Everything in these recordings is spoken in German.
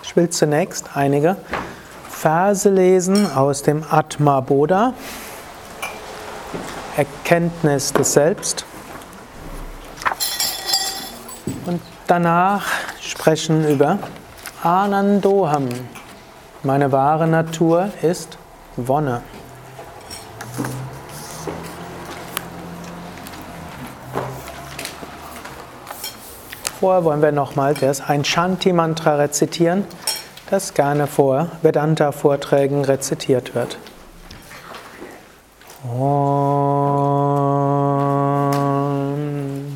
Ich will zunächst einige Verse lesen aus dem Atma-Bodha, Erkenntnis des Selbst, und danach sprechen über Anandoham. Meine wahre Natur ist Wonne. Vorher wollen wir nochmals ein Shanti-Mantra rezitieren, das gerne vor Vedanta-Vorträgen rezitiert wird. Om.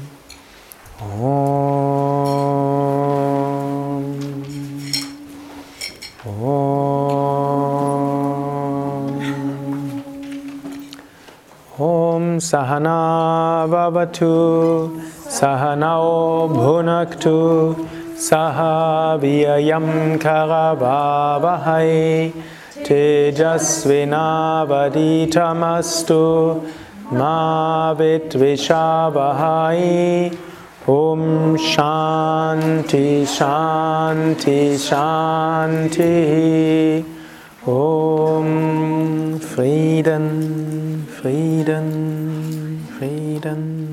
Om. Om. Om Sahana Vavatu Sahanao Bhunaktu Saha Viyayam Karavavahai Tejasvinavaditamastu Ma Vidvishavahai. Om Shanti Shanti Shanti. Om Frieden Frieden Frieden.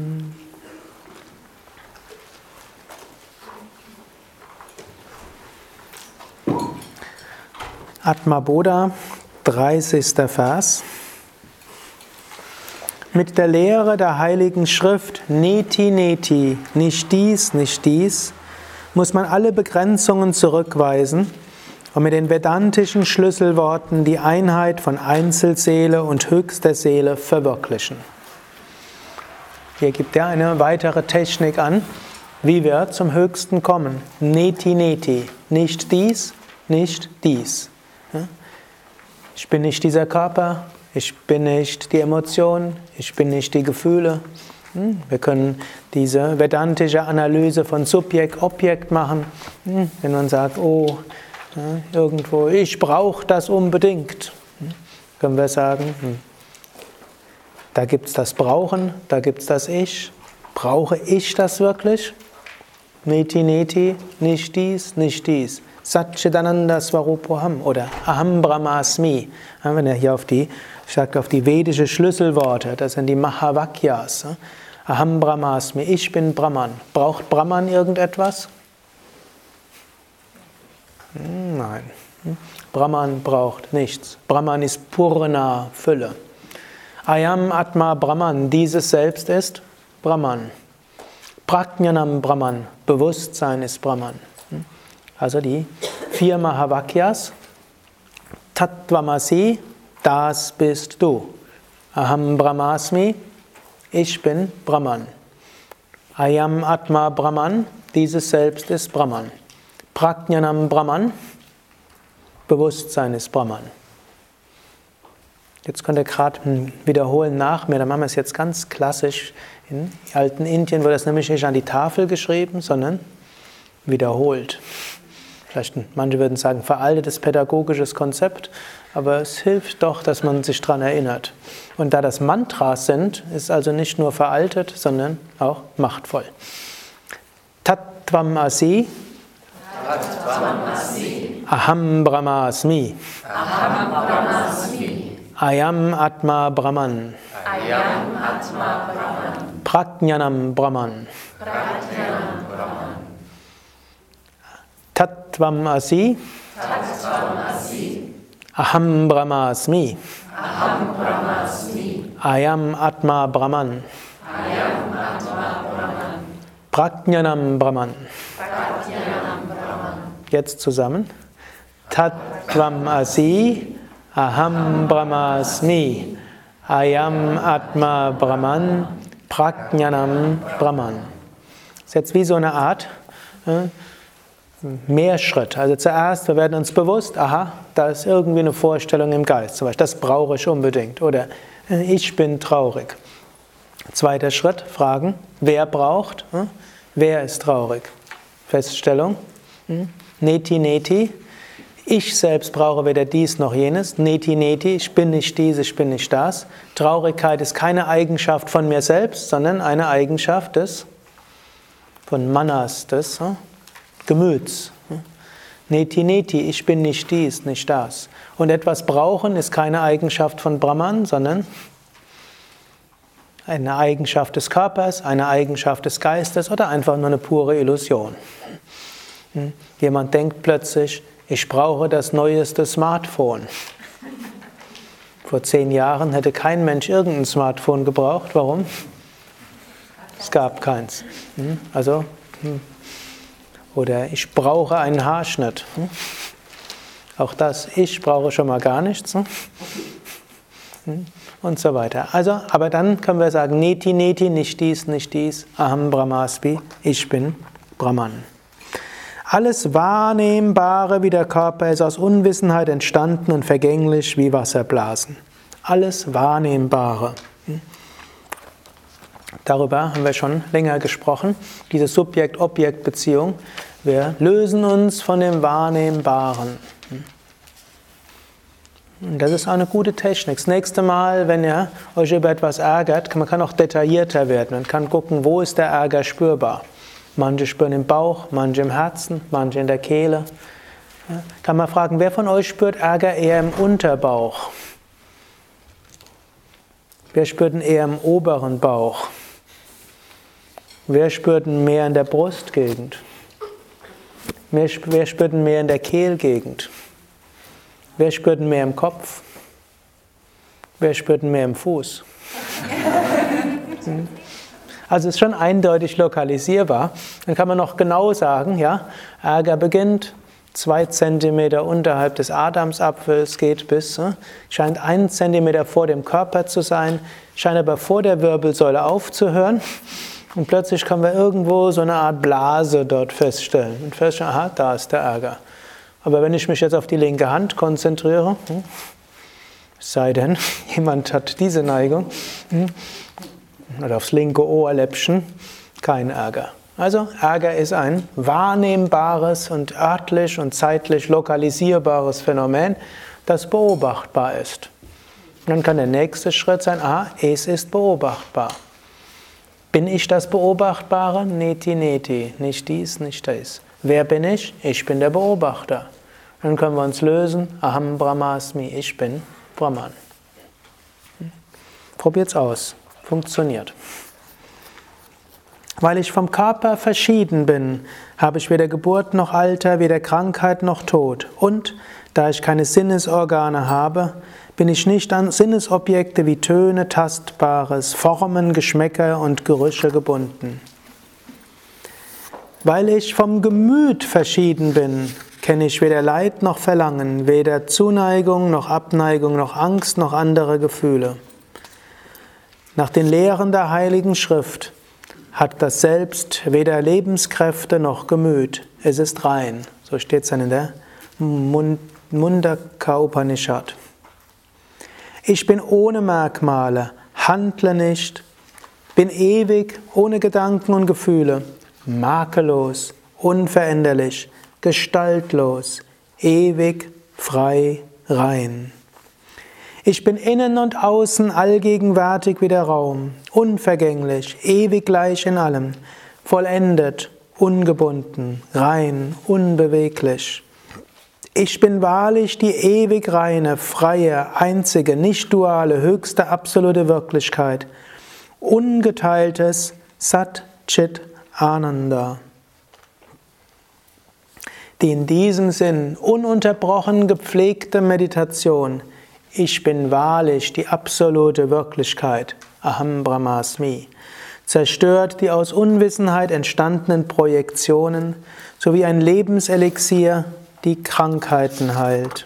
Atma-Bodha, 30. Vers. Mit der Lehre der Heiligen Schrift Neti Neti, nicht dies, muss man alle Begrenzungen zurückweisen und mit den vedantischen Schlüsselworten die Einheit von Einzelseele und höchster Seele verwirklichen. Hier gibt er eine weitere Technik an, wie wir zum Höchsten kommen. Neti Neti, nicht dies. Ich bin nicht dieser Körper, ich bin nicht die Emotion, ich bin nicht die Gefühle. Wir können diese vedantische Analyse von Subjekt, Objekt machen. Wenn man sagt, oh, irgendwo, ich brauche das unbedingt, können wir sagen, da gibt es das Brauchen, da gibt es das Ich. Brauche ich das wirklich? Neti Neti, nicht dies. Satchidananda Swarupoham oder Aham Brahmasmi. Wenn er hier auf die vedische Schlüsselworte, das sind die Mahavakyas. Aham Brahmasmi, ich bin Brahman. Braucht Brahman irgendetwas? Nein. Brahman braucht nichts. Brahman ist Purna, Fülle. Ayam Atma Brahman, dieses Selbst ist Brahman. Prajnanam Brahman, Bewusstsein ist Brahman. Also die 4 Mahavakyas. Tattvamasi, das bist du. Aham Brahmasmi, ich bin Brahman. Ayam Atma Brahman, dieses Selbst ist Brahman. Prajnanam Brahman, Bewusstsein ist Brahman. Jetzt könnt ihr gerade wiederholen nach mir, dann machen wir es jetzt ganz klassisch. In alten Indien wurde das nämlich nicht an die Tafel geschrieben, sondern wiederholt. Vielleicht, manche würden sagen, veraltetes pädagogisches Konzept, aber es hilft doch, dass man sich daran erinnert. Und da das Mantras sind, ist also nicht nur veraltet, sondern auch machtvoll. Tattvamasi, Aham Brahmasmi, Ayam Atma Brahman, Prajnanam Brahman. Tattvamasi, Aham Brahmasmi, Ayam Atma Brahman, Prajnanam Brahman. Jetzt zusammen. Tattvamasi, Aham Brahmasmi, Ayam Atma Brahman, Prajnanam Brahman. Das ist jetzt wie so eine Art Mehrschritt. Also zuerst, wir werden uns bewusst, aha, da ist irgendwie eine Vorstellung im Geist. Zum Beispiel, das brauche ich unbedingt. Oder ich bin traurig. Zweiter Schritt, fragen, wer braucht? Wer ist traurig? Feststellung, Neti Neti, ich selbst brauche weder dies noch jenes. Neti Neti, ich bin nicht dies, ich bin nicht das. Traurigkeit ist keine Eigenschaft von mir selbst, sondern eine Eigenschaft von Manas, des Gemüts. Neti neti, ich bin nicht dies, nicht das. Und etwas brauchen ist keine Eigenschaft von Brahman, sondern eine Eigenschaft des Körpers, eine Eigenschaft des Geistes oder einfach nur eine pure Illusion. Jemand denkt plötzlich, ich brauche das neueste Smartphone. Vor 10 Jahren hätte kein Mensch irgendein Smartphone gebraucht. Warum? Es gab keins. Oder ich brauche einen Haarschnitt. Auch das, ich brauche schon mal gar nichts. Und so weiter. Also, aber dann können wir sagen, Neti neti, nicht dies, Aham Brahmasmi, ich bin Brahman. Alles Wahrnehmbare wie der Körper ist aus Unwissenheit entstanden und vergänglich wie Wasserblasen. Alles Wahrnehmbare. Darüber haben wir schon länger gesprochen, diese Subjekt-Objekt-Beziehung. Wir lösen uns von dem Wahrnehmbaren. Und das ist auch eine gute Technik. Das nächste Mal, wenn ihr euch über etwas ärgert, man kann auch detaillierter werden. Man kann gucken, wo ist der Ärger spürbar. Manche spüren im Bauch, manche im Herzen, manche in der Kehle. Kann man fragen, wer von euch spürt Ärger eher im Unterbauch? Wer spürt ihn eher im oberen Bauch? Wer spürt ihn mehr in der Brustgegend? Wer spürt ihn mehr in der Kehlgegend? Wer spürt ihn mehr im Kopf? Wer spürt ihn mehr im Fuß? Also es ist schon eindeutig lokalisierbar. Dann kann man noch genau sagen, ja, Ärger beginnt 2 Zentimeter unterhalb des Adamsapfels, geht bis, scheint 1 Zentimeter vor dem Körper zu sein, scheint aber vor der Wirbelsäule aufzuhören. Und plötzlich können wir irgendwo so eine Art Blase dort feststellen. Und feststellen, aha, da ist der Ärger. Aber wenn ich mich jetzt auf die linke Hand konzentriere, es sei denn, jemand hat diese Neigung, oder aufs linke Ohrläppchen, kein Ärger. Also Ärger ist ein wahrnehmbares und örtlich und zeitlich lokalisierbares Phänomen, das beobachtbar ist. Und dann kann der nächste Schritt sein, es ist beobachtbar. Bin ich das Beobachtbare? Neti neti, nicht dies, nicht das. Wer bin ich? Ich bin der Beobachter. Dann können wir uns lösen, Aham Brahmasmi, ich bin Brahman. Probiert's aus. Funktioniert. Weil ich vom Körper verschieden bin, habe ich weder Geburt noch Alter, weder Krankheit noch Tod. Und da ich keine Sinnesorgane habe, bin ich nicht an Sinnesobjekte wie Töne, Tastbares, Formen, Geschmäcker und Gerüche gebunden. Weil ich vom Gemüt verschieden bin, kenne ich weder Leid noch Verlangen, weder Zuneigung noch Abneigung noch Angst noch andere Gefühle. Nach den Lehren der Heiligen Schrift hat das Selbst weder Lebenskräfte noch Gemüt. Es ist rein. So steht es dann in der Mundaka Upanishad. Ich bin ohne Merkmale, handle nicht, bin ewig, ohne Gedanken und Gefühle, makellos, unveränderlich, gestaltlos, ewig, frei, rein. Ich bin innen und außen allgegenwärtig wie der Raum, unvergänglich, ewig gleich in allem, vollendet, ungebunden, rein, unbeweglich. Ich bin wahrlich die ewig reine, freie, einzige, nicht duale, höchste, absolute Wirklichkeit, ungeteiltes Sat Chit Ananda. Die in diesem Sinn ununterbrochen gepflegte Meditation, ich bin wahrlich die absolute Wirklichkeit, Aham Brahmasmi, zerstört die aus Unwissenheit entstandenen Projektionen sowie ein Lebenselixier, die Krankheiten heilt.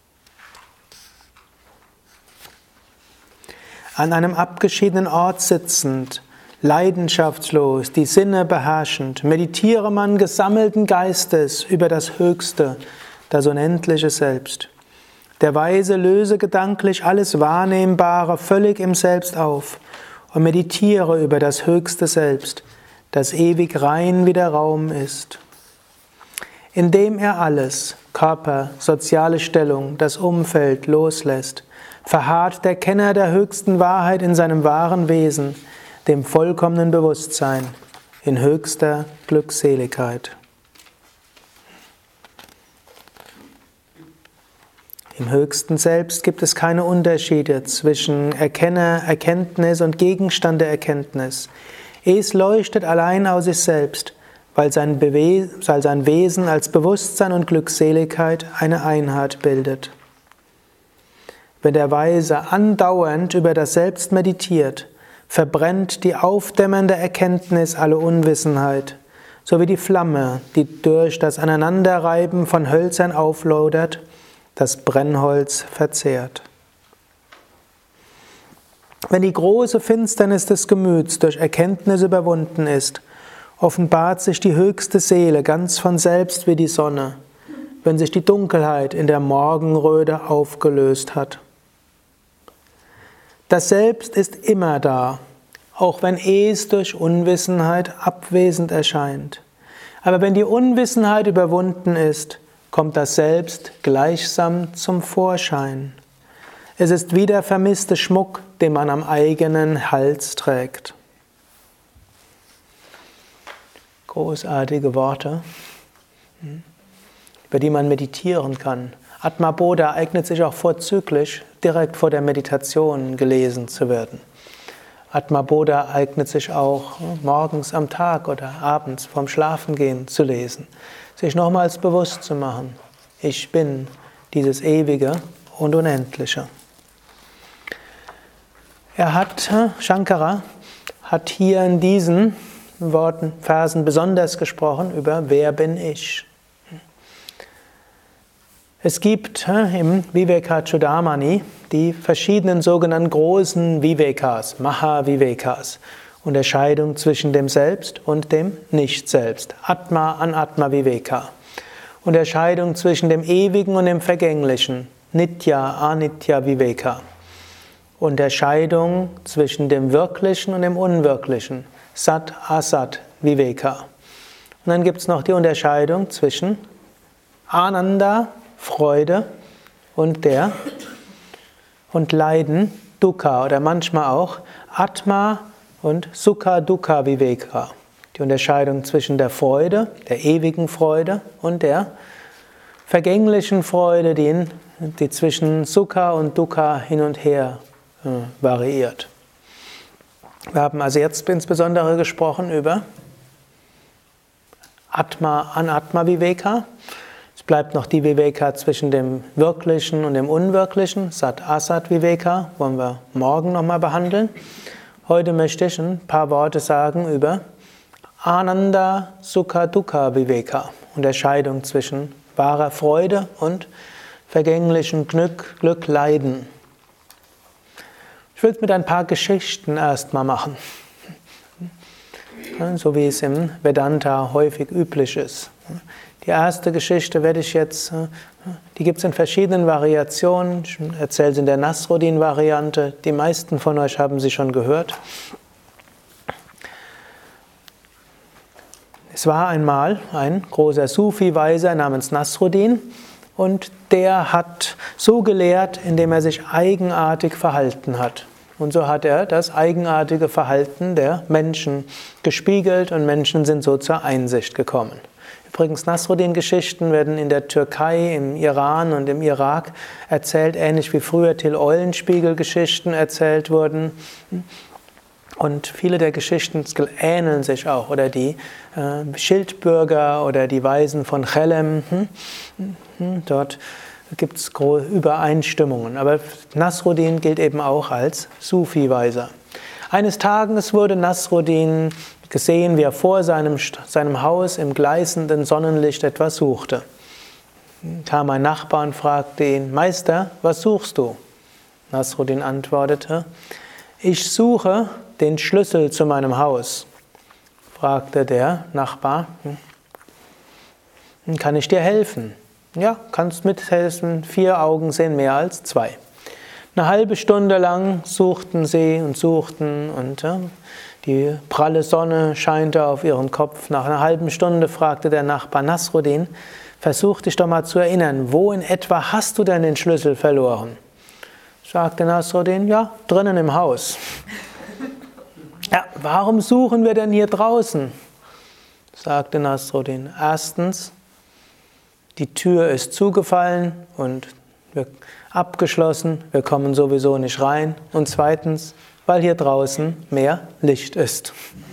An einem abgeschiedenen Ort sitzend, leidenschaftslos, die Sinne beherrschend, meditiere man gesammelten Geistes über das Höchste, das unendliche Selbst. Der Weise löse gedanklich alles Wahrnehmbare völlig im Selbst auf und meditiere über das höchste Selbst, das ewig rein wie der Raum ist. Indem er alles, Körper, soziale Stellung, das Umfeld loslässt, verharrt der Kenner der höchsten Wahrheit in seinem wahren Wesen, dem vollkommenen Bewusstsein, in höchster Glückseligkeit. Im höchsten Selbst gibt es keine Unterschiede zwischen Erkenner, Erkenntnis und Gegenstand der Erkenntnis. Es leuchtet allein aus sich selbst, weil sein Wesen als Bewusstsein und Glückseligkeit eine Einheit bildet. Wenn der Weise andauernd über das Selbst meditiert, verbrennt die aufdämmernde Erkenntnis alle Unwissenheit, so wie die Flamme, die durch das Aneinanderreiben von Hölzern auflodert, das Brennholz verzehrt. Wenn die große Finsternis des Gemüts durch Erkenntnis überwunden ist, offenbart sich die höchste Seele ganz von selbst wie die Sonne, wenn sich die Dunkelheit in der Morgenröte aufgelöst hat. Das Selbst ist immer da, auch wenn es durch Unwissenheit abwesend erscheint. Aber wenn die Unwissenheit überwunden ist, kommt das Selbst gleichsam zum Vorschein. Es ist wie der vermisste Schmuck, den man am eigenen Hals trägt. Großartige Worte, über die man meditieren kann. Atma Bodha eignet sich auch vorzüglich, direkt vor der Meditation gelesen zu werden. Atma Bodha eignet sich auch morgens am Tag oder abends vorm Schlafengehen zu lesen. Sich nochmals bewusst zu machen, ich bin dieses Ewige und Unendliche. Shankara hat hier in diesen Versen besonders gesprochen über wer bin ich. Es gibt im Vivekachudamani die verschiedenen sogenannten großen Vivekas, Mahavivekas, Unterscheidung zwischen dem Selbst und dem Nicht-Selbst, Atma, Anatma Viveka, Unterscheidung zwischen dem Ewigen und dem Vergänglichen, Nitya, Anitya Viveka, Unterscheidung zwischen dem Wirklichen und dem Unwirklichen, Sat, Asat Viveka. Und dann gibt es noch die Unterscheidung zwischen Ananda, Freude und Leiden, Dukkha oder manchmal auch Atma und Sukha Dukkha Viveka. Die Unterscheidung zwischen der Freude, der ewigen Freude und der vergänglichen Freude, die zwischen Sukha und Dukkha hin und her variiert. Wir haben also jetzt insbesondere gesprochen über Atma, Anatma Viveka. Es bleibt noch die Viveka zwischen dem Wirklichen und dem Unwirklichen, Sat Asat Viveka, wollen wir morgen nochmal behandeln. Heute möchte ich ein paar Worte sagen über Ananda Sukha Dukkha Viveka, Unterscheidung zwischen wahrer Freude und vergänglichem Glück, Leiden. Ich will es mit ein paar Geschichten erstmal machen, so wie es im Vedanta häufig üblich ist. Die erste Geschichte die gibt es in verschiedenen Variationen. Ich erzähle sie in der Nasruddin-Variante. Die meisten von euch haben sie schon gehört. Es war einmal ein großer Sufi-Weiser namens Nasruddin und der hat so gelehrt, indem er sich eigenartig verhalten hat. Und so hat er das eigenartige Verhalten der Menschen gespiegelt und Menschen sind so zur Einsicht gekommen. Übrigens, Nasruddin-Geschichten werden in der Türkei, im Iran und im Irak erzählt, ähnlich wie früher Till-Eulenspiegel-Geschichten erzählt wurden. Und viele der Geschichten ähneln sich auch. Oder die Schildbürger oder die Weisen von Chelem. Dort gibt es Übereinstimmungen. Aber Nasruddin gilt eben auch als Sufi-Weiser. Eines Tages wurde Nasruddin gesehen, wie er vor seinem Haus im gleißenden Sonnenlicht etwas suchte. Kam ein Nachbar und fragte ihn: Meister, was suchst du? Nasruddin antwortete: Ich suche den Schlüssel zu meinem Haus. Fragte der Nachbar: Kann ich dir helfen? Ja, kannst mithelfen, 4 Augen sehen mehr als 2. Eine halbe Stunde lang suchten sie und suchten und die pralle Sonne scheinte auf ihren Kopf. Nach einer halben Stunde fragte der Nachbar Nasruddin: Versuch dich doch mal zu erinnern, wo in etwa hast du denn den Schlüssel verloren? Sagte Nasruddin: Ja, drinnen im Haus. Ja, warum suchen wir denn hier draußen? Sagte Nasruddin: Erstens, die Tür ist zugefallen und Abgeschlossen, wir kommen sowieso nicht rein. Und zweitens, weil hier draußen mehr Licht ist.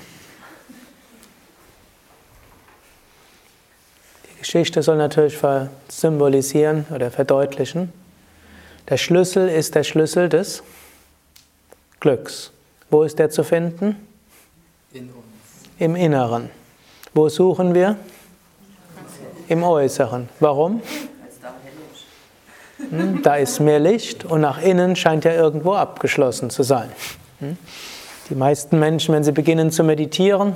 Die Geschichte soll natürlich symbolisieren oder verdeutlichen. Der Schlüssel ist der Schlüssel des Glücks. Wo ist der zu finden? In uns. Im Inneren. Wo suchen wir? Im Äußeren. Warum? Da ist mehr Licht und nach innen scheint ja irgendwo abgeschlossen zu sein. Die meisten Menschen, wenn sie beginnen zu meditieren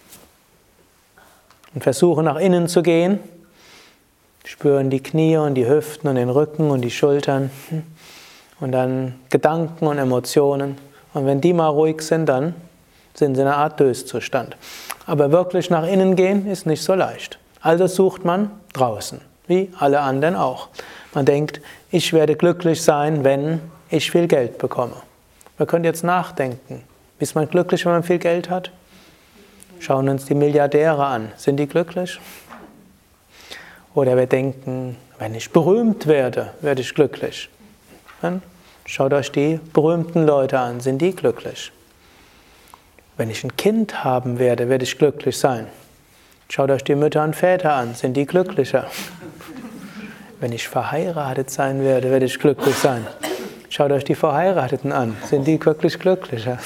und versuchen nach innen zu gehen, spüren die Knie und die Hüften und den Rücken und die Schultern und dann Gedanken und Emotionen. Und wenn die mal ruhig sind, dann sind sie in einer Art Döszustand. Aber wirklich nach innen gehen ist nicht so leicht. Also sucht man draußen, wie alle anderen auch. Man denkt, ich werde glücklich sein, wenn ich viel Geld bekomme. Wir können jetzt nachdenken. Ist man glücklich, wenn man viel Geld hat? Schauen uns die Milliardäre an. Sind die glücklich? Oder wir denken, wenn ich berühmt werde, werde ich glücklich. Dann schaut euch die berühmten Leute an. Sind die glücklich? Wenn ich ein Kind haben werde, werde ich glücklich sein. Schaut euch die Mütter und Väter an. Sind die glücklicher? Wenn ich verheiratet sein werde, werde ich glücklich sein. Schaut euch die Verheirateten an. Sind die wirklich glücklicher?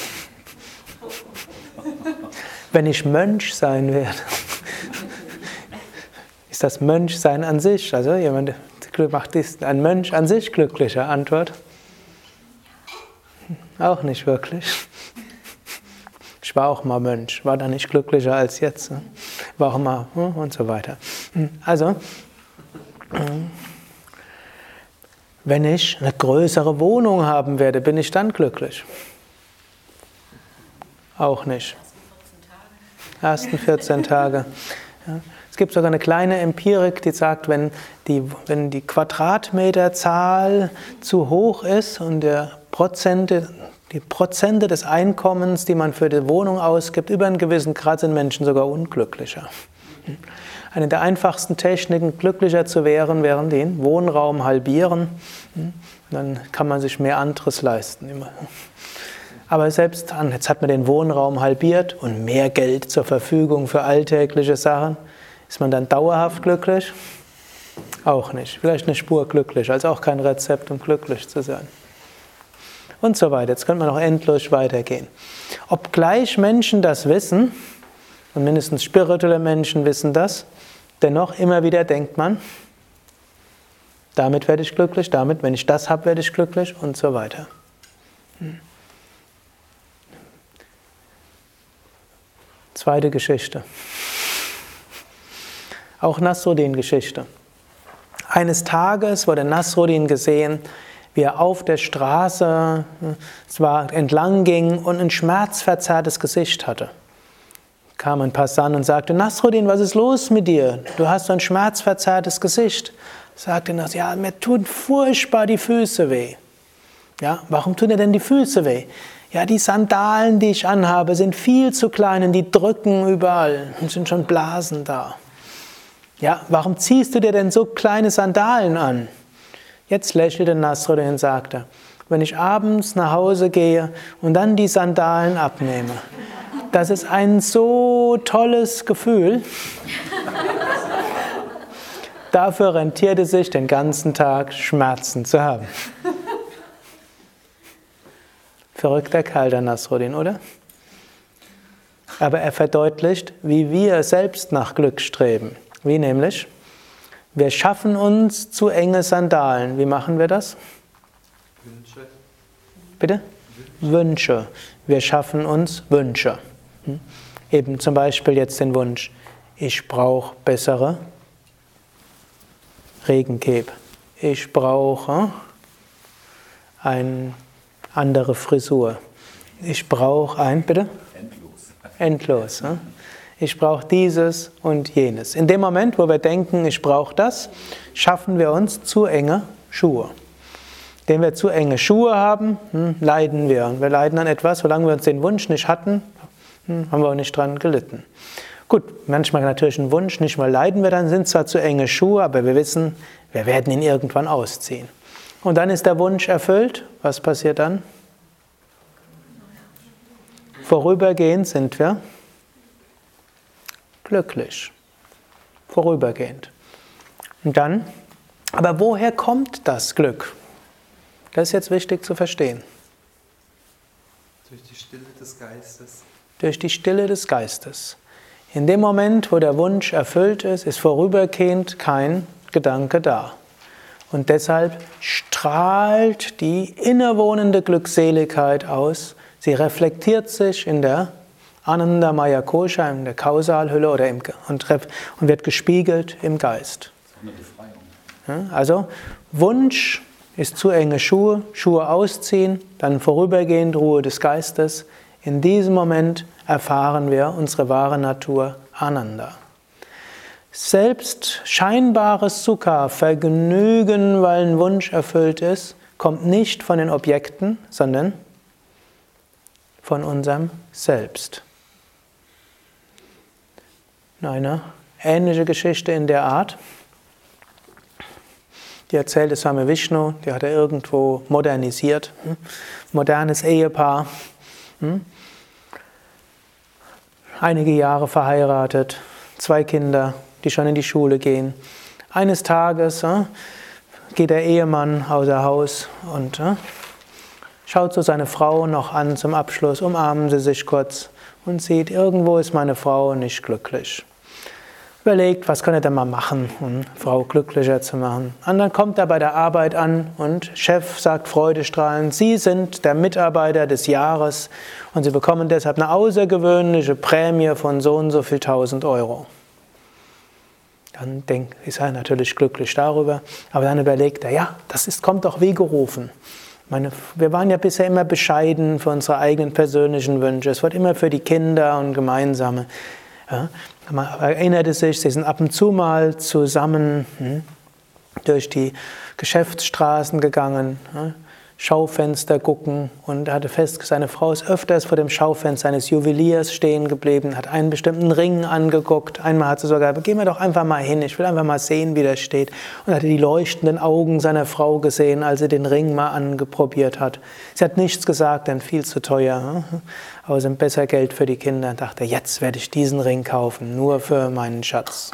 Wenn ich Mönch sein werde, ist das Mönchsein an sich, also jemand macht ein Mönch an sich glücklicher? Antwort? Auch nicht wirklich. Ich war auch mal Mönch, war da nicht glücklicher als jetzt. War auch mal und so weiter. Also, wenn ich eine größere Wohnung haben werde, bin ich dann glücklich? Auch nicht. Ersten 14 Tage. Ja. Es gibt sogar eine kleine Empirik, die sagt, wenn die Quadratmeterzahl zu hoch ist und die Prozente des Einkommens, die man für die Wohnung ausgibt, über einen gewissen Grad sind Menschen sogar unglücklicher. Eine der einfachsten Techniken, glücklicher zu werden, wäre den Wohnraum halbieren. Dann kann man sich mehr anderes leisten. Aber selbst jetzt hat man den Wohnraum halbiert und mehr Geld zur Verfügung für alltägliche Sachen. Ist man dann dauerhaft glücklich? Auch nicht. Vielleicht eine Spur glücklich, also auch kein Rezept, um glücklich zu sein. Und so weiter. Jetzt könnte man noch endlos weitergehen. Obgleich Menschen das wissen, und mindestens spirituelle Menschen wissen das, dennoch immer wieder denkt man, damit werde ich glücklich, damit, wenn ich das habe, werde ich glücklich und so weiter. Zweite Geschichte. Auch Nasruddin-Geschichte. Eines Tages wurde Nasruddin gesehen, wie er auf der Straße entlang ging und ein schmerzverzerrtes Gesicht hatte. Kam ein Passant und sagte, Nasruddin, was ist los mit dir? Du hast so ein schmerzverzerrtes Gesicht. Sagte er, ja, mir tun furchtbar die Füße weh. Ja, warum tun dir denn die Füße weh? Ja, die Sandalen, die ich anhabe, sind viel zu klein und die drücken überall und sind schon Blasen da. Ja, warum ziehst du dir denn so kleine Sandalen an? Jetzt lächelte Nasruddin und sagte, wenn ich abends nach Hause gehe und dann die Sandalen abnehme, das ist ein so tolles Gefühl. Dafür rentiert es sich, den ganzen Tag Schmerzen zu haben. Verrückter Kerl, der Nasruddin, oder? Aber er verdeutlicht, wie wir selbst nach Glück streben. Wie nämlich? Wir schaffen uns zu enge Sandalen. Wie machen wir das? Wünsche. Bitte? Wünsche. Wir schaffen uns Wünsche. Eben zum Beispiel jetzt den Wunsch, ich brauche bessere Regenkeb. Ich brauche eine andere Frisur. Ich brauche bitte? Endlos. Ich brauche dieses und jenes. In dem Moment, wo wir denken, ich brauche das, schaffen wir uns zu enge Schuhe. Indem wir zu enge Schuhe haben, leiden wir. Und wir leiden an etwas, solange wir uns den Wunsch nicht hatten, haben wir auch nicht dran gelitten. Gut, manchmal natürlich ein Wunsch, nicht mal leiden wir dann, sind zwar zu enge Schuhe, aber wir wissen, wir werden ihn irgendwann ausziehen. Und dann ist der Wunsch erfüllt. Was passiert dann? Vorübergehend sind wir glücklich. Vorübergehend. Und dann, aber woher kommt das Glück? Das ist jetzt wichtig zu verstehen. Durch die Stille des Geistes. Durch die Stille des Geistes. In dem Moment, wo der Wunsch erfüllt ist vorübergehend kein Gedanke da. Und deshalb strahlt die innewohnende Glückseligkeit aus. Sie reflektiert sich in der Anandamaya Kosha, in der Kausalhülle und wird gespiegelt im Geist. Das ist auch eine Befreiung. Also Wunsch ist zu enge Schuhe, Schuhe ausziehen, dann vorübergehend Ruhe des Geistes. In diesem Moment erfahren wir unsere wahre Natur Ananda. Selbst scheinbares Sukha, Vergnügen, weil ein Wunsch erfüllt ist, kommt nicht von den Objekten, sondern von unserem Selbst. Eine ähnliche Geschichte in der Art, die erzählt Swami Vishnu, die hat er irgendwo modernisiert. Modernes Ehepaar, einige Jahre verheiratet, 2 Kinder, die schon in die Schule gehen. Eines Tages geht der Ehemann außer Haus und schaut so seine Frau noch an zum Abschluss, umarmen sie sich kurz und sieht, irgendwo ist meine Frau nicht glücklich. Überlegt, was kann er denn mal machen, um Frau glücklicher zu machen. Und dann kommt er bei der Arbeit an und Chef sagt freudestrahlend, Sie sind der Mitarbeiter des Jahres und Sie bekommen deshalb eine außergewöhnliche Prämie von so und so viel 1000 Euro. Dann ist er natürlich glücklich darüber, aber dann überlegt er, ja, kommt doch wie gerufen. Wir waren ja bisher immer bescheiden für unsere eigenen persönlichen Wünsche. Es wird immer für die Kinder und gemeinsame. Ja, man erinnerte sich, sie sind ab und zu mal zusammen durch die Geschäftsstraßen gegangen, Schaufenster gucken und er hatte festgestellt, seine Frau ist öfters vor dem Schaufenster eines Juweliers stehen geblieben, hat einen bestimmten Ring angeguckt. Einmal hat sie sogar gesagt, gehen wir doch einfach mal hin, ich will einfach mal sehen, wie der steht. Und hatte die leuchtenden Augen seiner Frau gesehen, als sie den Ring mal angeprobiert hat. Sie hat nichts gesagt, denn viel zu teuer, aber sind besser Geld für die Kinder. Und dachte, jetzt werde ich diesen Ring kaufen, nur für meinen Schatz.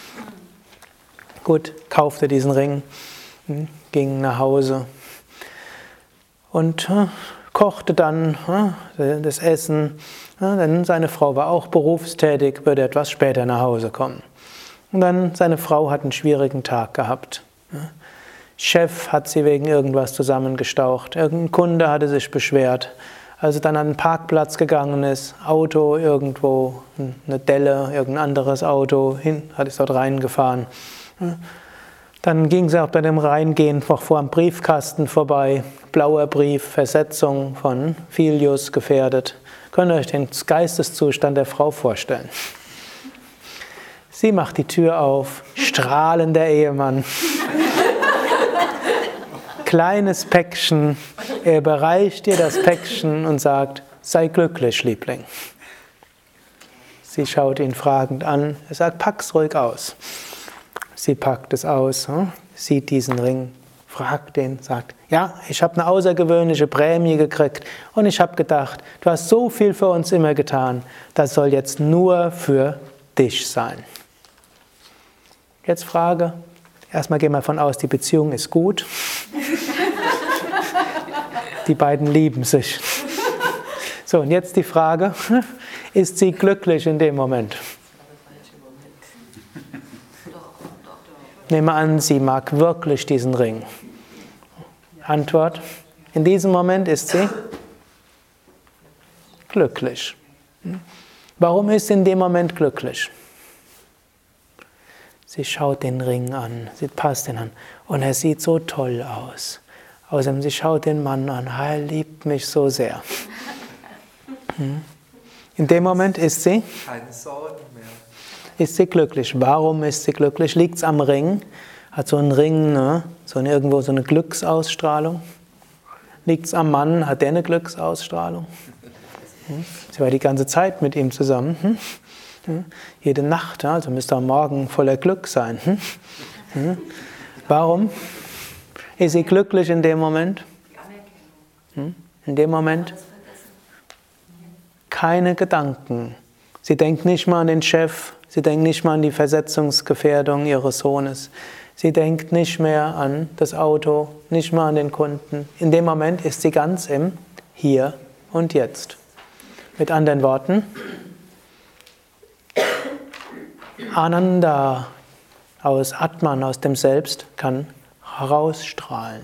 Gut, kaufte diesen Ring, ging nach Hause. Und kochte dann das Essen, denn seine Frau war auch berufstätig, würde etwas später nach Hause kommen. Und dann, seine Frau hat einen schwierigen Tag gehabt. Chef hat sie wegen irgendwas zusammengestaucht, irgendein Kunde hatte sich beschwert. Als er dann an den Parkplatz gegangen ist, Auto irgendwo, eine Delle, irgendein anderes Auto, hat es dort reingefahren. Dann ging sie auch bei dem Reingehen noch vor einem Briefkasten vorbei. Blauer Brief, Versetzung von Filius gefährdet. Könnt ihr euch den Geisteszustand der Frau vorstellen? Sie macht die Tür auf, strahlender Ehemann. Kleines Päckchen, er überreicht ihr das Päckchen und sagt, sei glücklich, Liebling. Sie schaut ihn fragend an, er sagt, pack's ruhig aus. Sie packt es aus, sieht diesen Ring, fragt ihn, sagt, ja, ich habe eine außergewöhnliche Prämie gekriegt und ich habe gedacht, du hast so viel für uns immer getan, das soll jetzt nur für dich sein. Jetzt Frage, erstmal gehen wir davon aus, die Beziehung ist gut. Die beiden lieben sich. So, und jetzt die Frage, ist sie glücklich in dem Moment? Nehme an, sie mag wirklich diesen Ring. Antwort, in diesem Moment ist sie glücklich. Warum ist sie in dem Moment glücklich? Sie schaut den Ring an, sie passt ihn an und er sieht so toll aus. Außerdem, sie schaut den Mann an, er liebt mich so sehr. In dem Moment ist sie? Keine Sorgen mehr. Ist sie glücklich? Warum ist sie glücklich? Liegt es am Ring? Hat so ein Ring irgendwo so eine Glücksausstrahlung? Liegt es am Mann? Hat der eine Glücksausstrahlung? Sie war die ganze Zeit mit ihm zusammen. Jede Nacht, also müsste am Morgen voller Glück sein. Warum Ist sie glücklich in dem Moment? Die Anerkennung. In dem Moment? Keine Gedanken. Sie denkt nicht mal an den Chef, sie denkt nicht mal an die Versetzungsgefährdung ihres Sohnes. Sie denkt nicht mehr an das Auto, nicht mal an den Kunden. In dem Moment ist sie ganz im Hier und Jetzt. Mit anderen Worten, Ananda aus Atman, aus dem Selbst, kann herausstrahlen.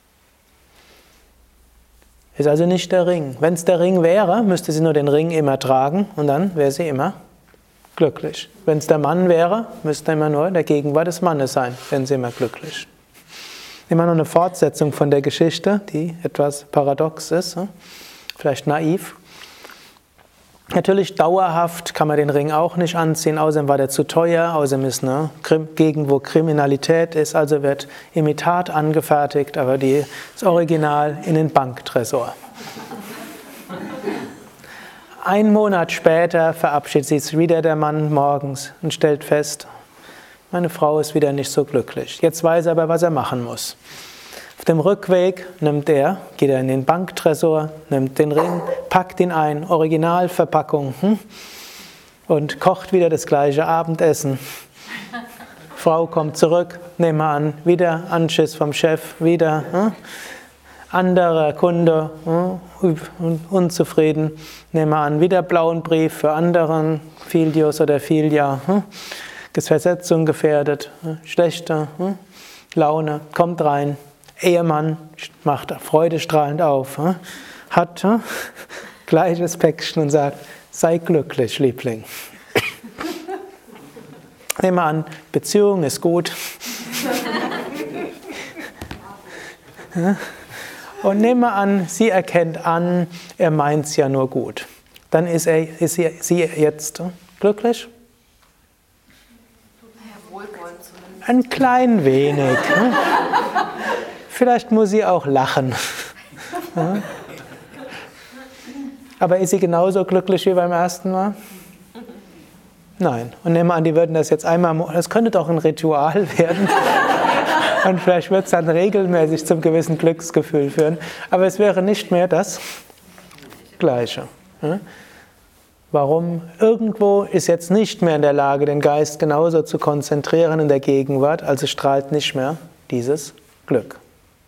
Ist also nicht der Ring. Wenn es der Ring wäre, müsste sie nur den Ring immer tragen und dann wäre sie immer glücklich. Wenn es der Mann wäre, müsste immer nur der Gegenwart des Mannes sein, wären sie immer glücklich. Immer noch eine Fortsetzung von der Geschichte, die etwas paradox ist, vielleicht naiv. Natürlich dauerhaft kann man den Ring auch nicht anziehen, außerdem war der zu teuer, außerdem ist eine Gegend, wo Kriminalität ist, also wird Imitat angefertigt, aber das Original in den Banktresor. 1 Monat später verabschiedet sich wieder der Mann morgens und stellt fest, meine Frau ist wieder nicht so glücklich. Jetzt weiß er aber, was er machen muss. Auf dem Rückweg geht er in den Banktresor, nimmt den Ring, packt ihn ein, Originalverpackung und kocht wieder das gleiche Abendessen. Frau kommt zurück, nehmen wir an, wieder Anschiss vom Chef, wieder anderer Kunde unzufrieden, nehmen wir an, wieder blauen Brief für anderen, Filius oder Filia, Versetzung gefährdet, schlechte Laune, kommt rein. Ehemann macht freudestrahlend auf, hat gleiches Päckchen und sagt, sei glücklich, Liebling. Nehmen wir an, Beziehung ist gut. Und nehmen wir an, sie erkennt an, er meint es ja nur gut. Dann ist sie jetzt glücklich? Wohlwollend zumindest. Ein klein wenig. Vielleicht muss sie auch lachen. Aber ist sie genauso glücklich wie beim ersten Mal? Nein. Und nehmen wir an, die würden das jetzt einmal, das könnte doch ein Ritual werden. Und vielleicht wird es dann regelmäßig zum gewissen Glücksgefühl führen. Aber es wäre nicht mehr das Gleiche. Warum? Irgendwo ist jetzt nicht mehr in der Lage, den Geist genauso zu konzentrieren in der Gegenwart, also strahlt nicht mehr dieses Glück.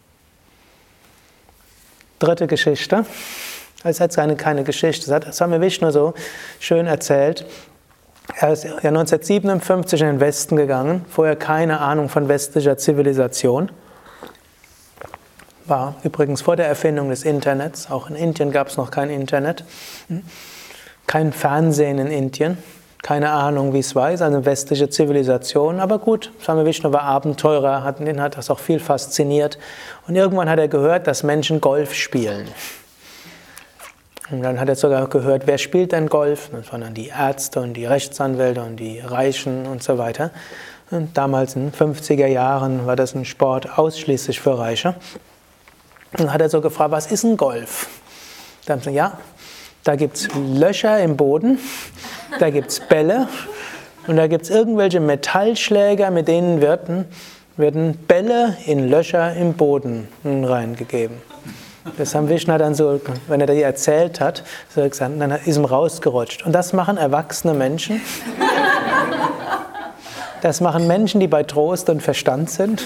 Dritte Geschichte. Das ist jetzt keine Geschichte, das hat mir Vishnu so schön erzählt. Er ist ja 1957 in den Westen gegangen, vorher keine Ahnung von westlicher Zivilisation. War übrigens vor der Erfindung des Internets, auch in Indien gab es noch kein Internet. Kein Fernsehen in Indien, keine Ahnung, wie es war, ist eine westliche Zivilisation, aber gut, Swami Vishnu war Abenteurer, den hat das auch viel fasziniert. Und irgendwann hat er gehört, dass Menschen Golf spielen. Und dann hat er sogar gehört, wer spielt denn Golf? Das waren dann die Ärzte und die Rechtsanwälte und die Reichen und so weiter. Und damals in den 50er Jahren war das ein Sport ausschließlich für Reiche. Und dann hat er so gefragt, was ist ein Golf? Dann haben sie gesagt, ja, da gibt es Löcher im Boden, da gibt es Bälle und da gibt es irgendwelche Metallschläger, mit denen werden Bälle in Löcher im Boden reingegeben. Das haben Vishnu dann so, wenn er dir erzählt hat, so gesagt, dann ist ihm rausgerutscht. Und das machen erwachsene Menschen. Das machen Menschen, die bei Trost und Verstand sind.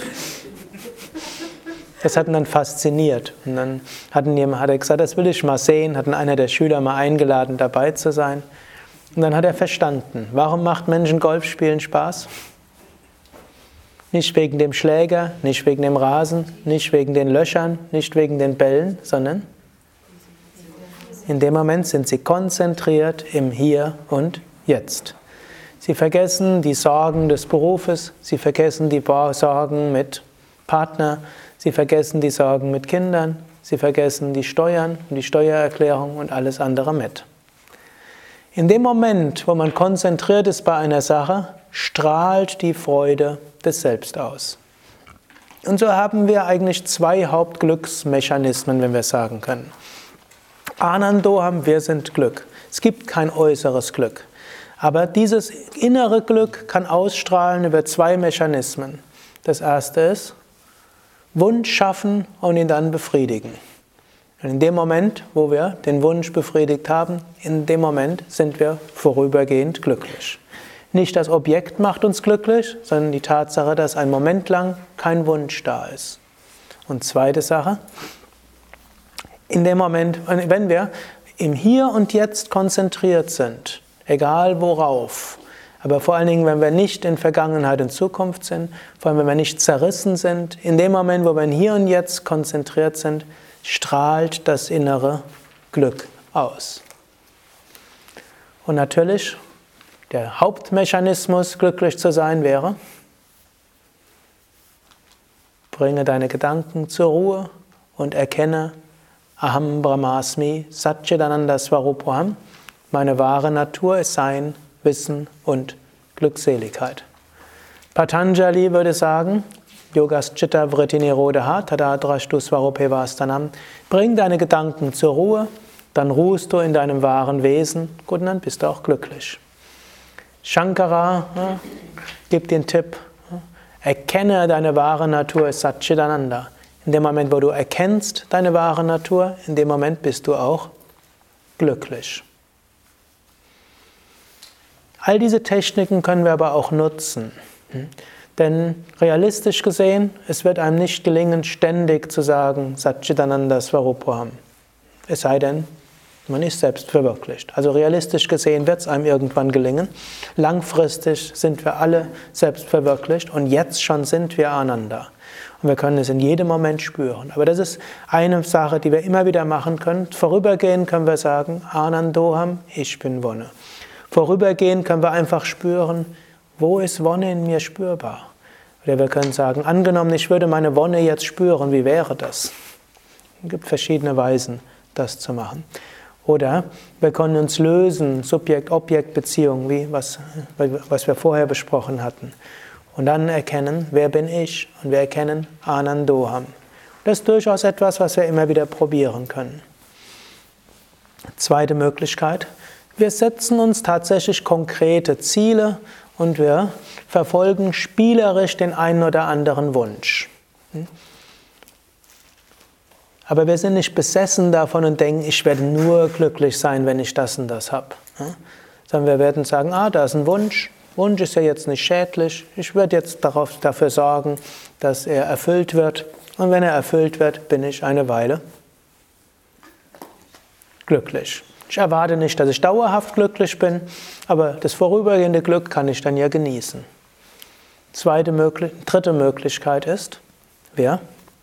Das hat ihn dann fasziniert. Und dann hat er gesagt, das will ich mal sehen, hat einer der Schüler mal eingeladen, dabei zu sein. Und dann hat er verstanden, warum macht Menschen Golfspielen Spaß? Nicht wegen dem Schläger, nicht wegen dem Rasen, nicht wegen den Löchern, nicht wegen den Bällen, sondern in dem Moment sind sie konzentriert im Hier und Jetzt. Sie vergessen die Sorgen des Berufes, sie vergessen die Sorgen mit Partner, sie vergessen die Sorgen mit Kindern, sie vergessen die Steuern und die Steuererklärung und alles andere mit. In dem Moment, wo man konzentriert ist bei einer Sache, strahlt die Freude des Selbst aus. Und so haben wir eigentlich 2 Hauptglücksmechanismen, wenn wir sagen können. Anando haben wir sind Glück. Es gibt kein äußeres Glück. Aber dieses innere Glück kann ausstrahlen über 2 Mechanismen. Das erste ist Wunsch schaffen und ihn dann befriedigen. Und in dem Moment, wo wir den Wunsch befriedigt haben, in dem Moment sind wir vorübergehend glücklich. Nicht das Objekt macht uns glücklich, sondern die Tatsache, dass ein Moment lang kein Wunsch da ist. Und zweite Sache, in dem Moment, wenn wir im Hier und Jetzt konzentriert sind, egal worauf, aber vor allen Dingen, wenn wir nicht in Vergangenheit und Zukunft sind, vor allem wenn wir nicht zerrissen sind, in dem Moment, wo wir in Hier und Jetzt konzentriert sind, strahlt das innere Glück aus. Und natürlich, der Hauptmechanismus, glücklich zu sein, wäre: Bringe deine Gedanken zur Ruhe und erkenne: Aham Brahmasmi Satchidananda Swarupoham. Meine wahre Natur ist Sein, Wissen und Glückseligkeit. Patanjali würde sagen: Yogas Chitta Vritti Nirodha Tada Drashtu Swarupe Vastanam. Bring deine Gedanken zur Ruhe, dann ruhst du in deinem wahren Wesen, gut, und dann bist du auch glücklich. Shankara gibt den Tipp: Erkenne deine wahre Natur ist Satchidananda. In dem Moment, wo du erkennst deine wahre Natur, in dem Moment bist du auch glücklich. All diese Techniken können wir aber auch nutzen. Denn realistisch gesehen, es wird einem nicht gelingen, ständig zu sagen, Satchidananda Swarupoham. Es sei denn, man ist selbst verwirklicht. Also realistisch gesehen wird es einem irgendwann gelingen. Langfristig sind wir alle selbst verwirklicht und jetzt schon sind wir Ananda. Und wir können es in jedem Moment spüren. Aber das ist eine Sache, die wir immer wieder machen können. Vorübergehend können wir sagen, Anandoham, ich bin Wonne. Vorübergehend können wir einfach spüren, wo ist Wonne in mir spürbar? Oder wir können sagen, angenommen, ich würde meine Wonne jetzt spüren, wie wäre das? Es gibt verschiedene Weisen, das zu machen. Oder wir können uns lösen, Subjekt-Objekt-Beziehung, wie was wir vorher besprochen hatten. Und dann erkennen, wer bin ich? Und wir erkennen Anandoham. Das ist durchaus etwas, was wir immer wieder probieren können. Zweite Möglichkeit: Wir setzen uns tatsächlich konkrete Ziele und wir verfolgen spielerisch den einen oder anderen Wunsch. Aber wir sind nicht besessen davon und denken, ich werde nur glücklich sein, wenn ich das und das habe. Sondern wir werden sagen, da ist ein Wunsch. Wunsch ist ja jetzt nicht schädlich. Ich werde jetzt dafür sorgen, dass er erfüllt wird. Und wenn er erfüllt wird, bin ich eine Weile glücklich. Ich erwarte nicht, dass ich dauerhaft glücklich bin, aber das vorübergehende Glück kann ich dann ja genießen. Dritte Möglichkeit ist, wir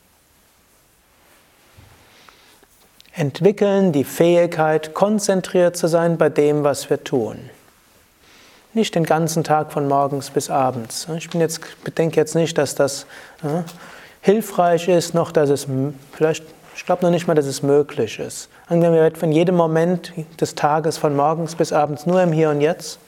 entwickeln die Fähigkeit, konzentriert zu sein bei dem, was wir tun. Nicht den ganzen Tag von morgens bis abends. Ich denke jetzt nicht, dass das hilfreich ist, noch dass es vielleicht, ich glaube noch nicht mal, dass es möglich ist. Angenommen, wir von jedem Moment des Tages von morgens bis abends nur im Hier und Jetzt.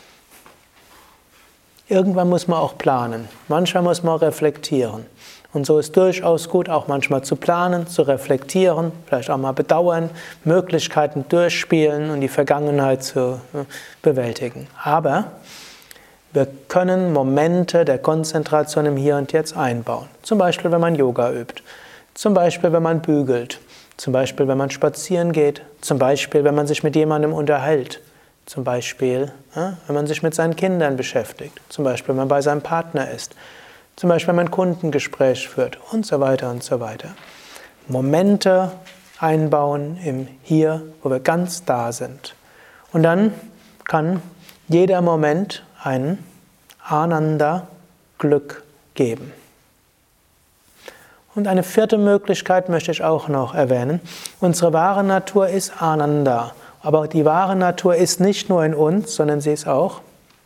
Irgendwann muss man auch planen. Manchmal muss man auch reflektieren. Und so ist durchaus gut, auch manchmal zu planen, zu reflektieren, vielleicht auch mal bedauern, Möglichkeiten durchspielen und die Vergangenheit zu bewältigen. Aber wir können Momente der Konzentration im Hier und Jetzt einbauen. Zum Beispiel, wenn man Yoga übt. Zum Beispiel, wenn man bügelt. Zum Beispiel, wenn man spazieren geht. Zum Beispiel, wenn man sich mit jemandem unterhält. Zum Beispiel, wenn man sich mit seinen Kindern beschäftigt. Zum Beispiel, wenn man bei seinem Partner ist. Zum Beispiel, wenn man ein Kundengespräch führt und so weiter und so weiter. Momente einbauen im Hier, wo wir ganz da sind. Und dann kann jeder Moment ein Ananda-Glück geben. Und eine vierte Möglichkeit möchte ich auch noch erwähnen. Unsere wahre Natur ist Ananda. Aber die wahre Natur ist nicht nur in uns, sondern sie ist auch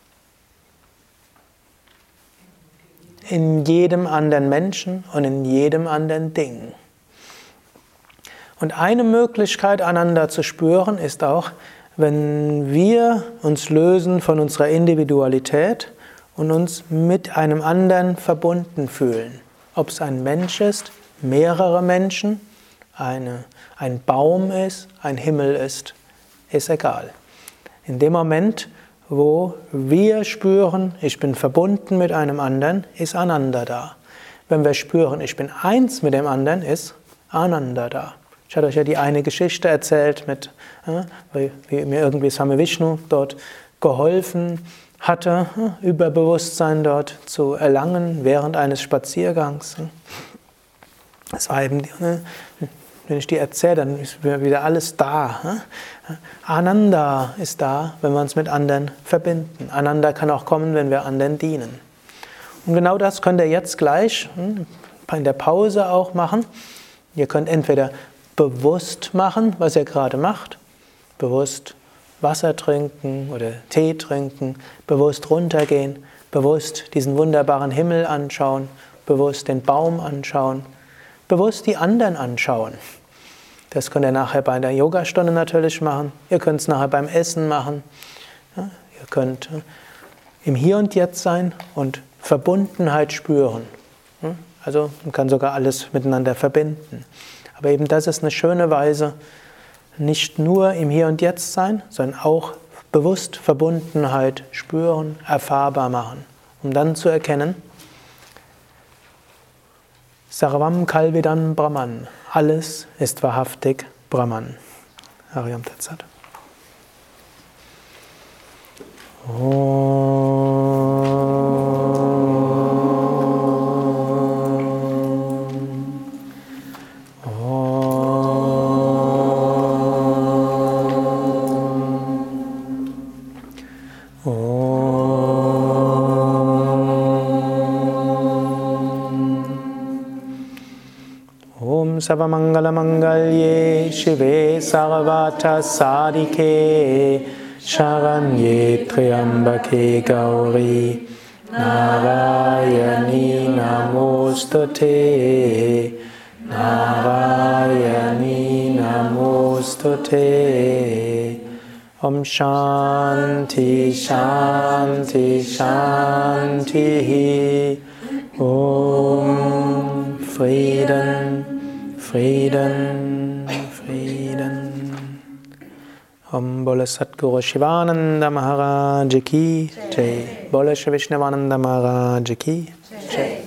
in jedem anderen Menschen und in jedem anderen Ding. Und eine Möglichkeit, Ananda zu spüren, ist auch, wenn wir uns lösen von unserer Individualität und uns mit einem anderen verbunden fühlen. Ob es ein Mensch ist, mehrere Menschen, ein Baum ist, ein Himmel ist egal. In dem Moment, wo wir spüren, ich bin verbunden mit einem anderen, ist Ananda da. Wenn wir spüren, ich bin eins mit dem anderen, ist Ananda da. Ich hatte euch ja die eine Geschichte erzählt, wie mir irgendwie Swami Vishnu dort geholfen hatte, Überbewusstsein dort zu erlangen während eines Spaziergangs. Das war eben, wenn ich die erzähle, dann ist wieder alles da. Ananda ist da, wenn wir uns mit anderen verbinden. Ananda kann auch kommen, wenn wir anderen dienen. Und genau das könnt ihr jetzt gleich in der Pause auch machen. Ihr könnt entweder bewusst machen, was ihr gerade macht, bewusst Wasser trinken oder Tee trinken, bewusst runtergehen, bewusst diesen wunderbaren Himmel anschauen, bewusst den Baum anschauen, bewusst die anderen anschauen. Das könnt ihr nachher bei der Yogastunde natürlich machen. Ihr könnt es nachher beim Essen machen. Ja, ihr könnt im Hier und Jetzt sein und Verbundenheit spüren. Also man kann sogar alles miteinander verbinden. Aber eben das ist eine schöne Weise, nicht nur im Hier und Jetzt sein, sondern auch bewusst Verbundenheit spüren, erfahrbar machen, um dann zu erkennen, Sarvam Kalvidam Brahman, alles ist wahrhaftig Brahman. Hariam Tatsat. Sarvamangalamangalye Shive Sarvata Sadike Sharanye Triambake Gauri Narayani Namostute Narayani Namostute Om Shanti Shanti Shanti Om Frieden Frieden, Frieden. Om Bole Satguru Shivananda Maharaj Ki Jai. Bole Shri Vishnavananda Maharaj Ki Jai.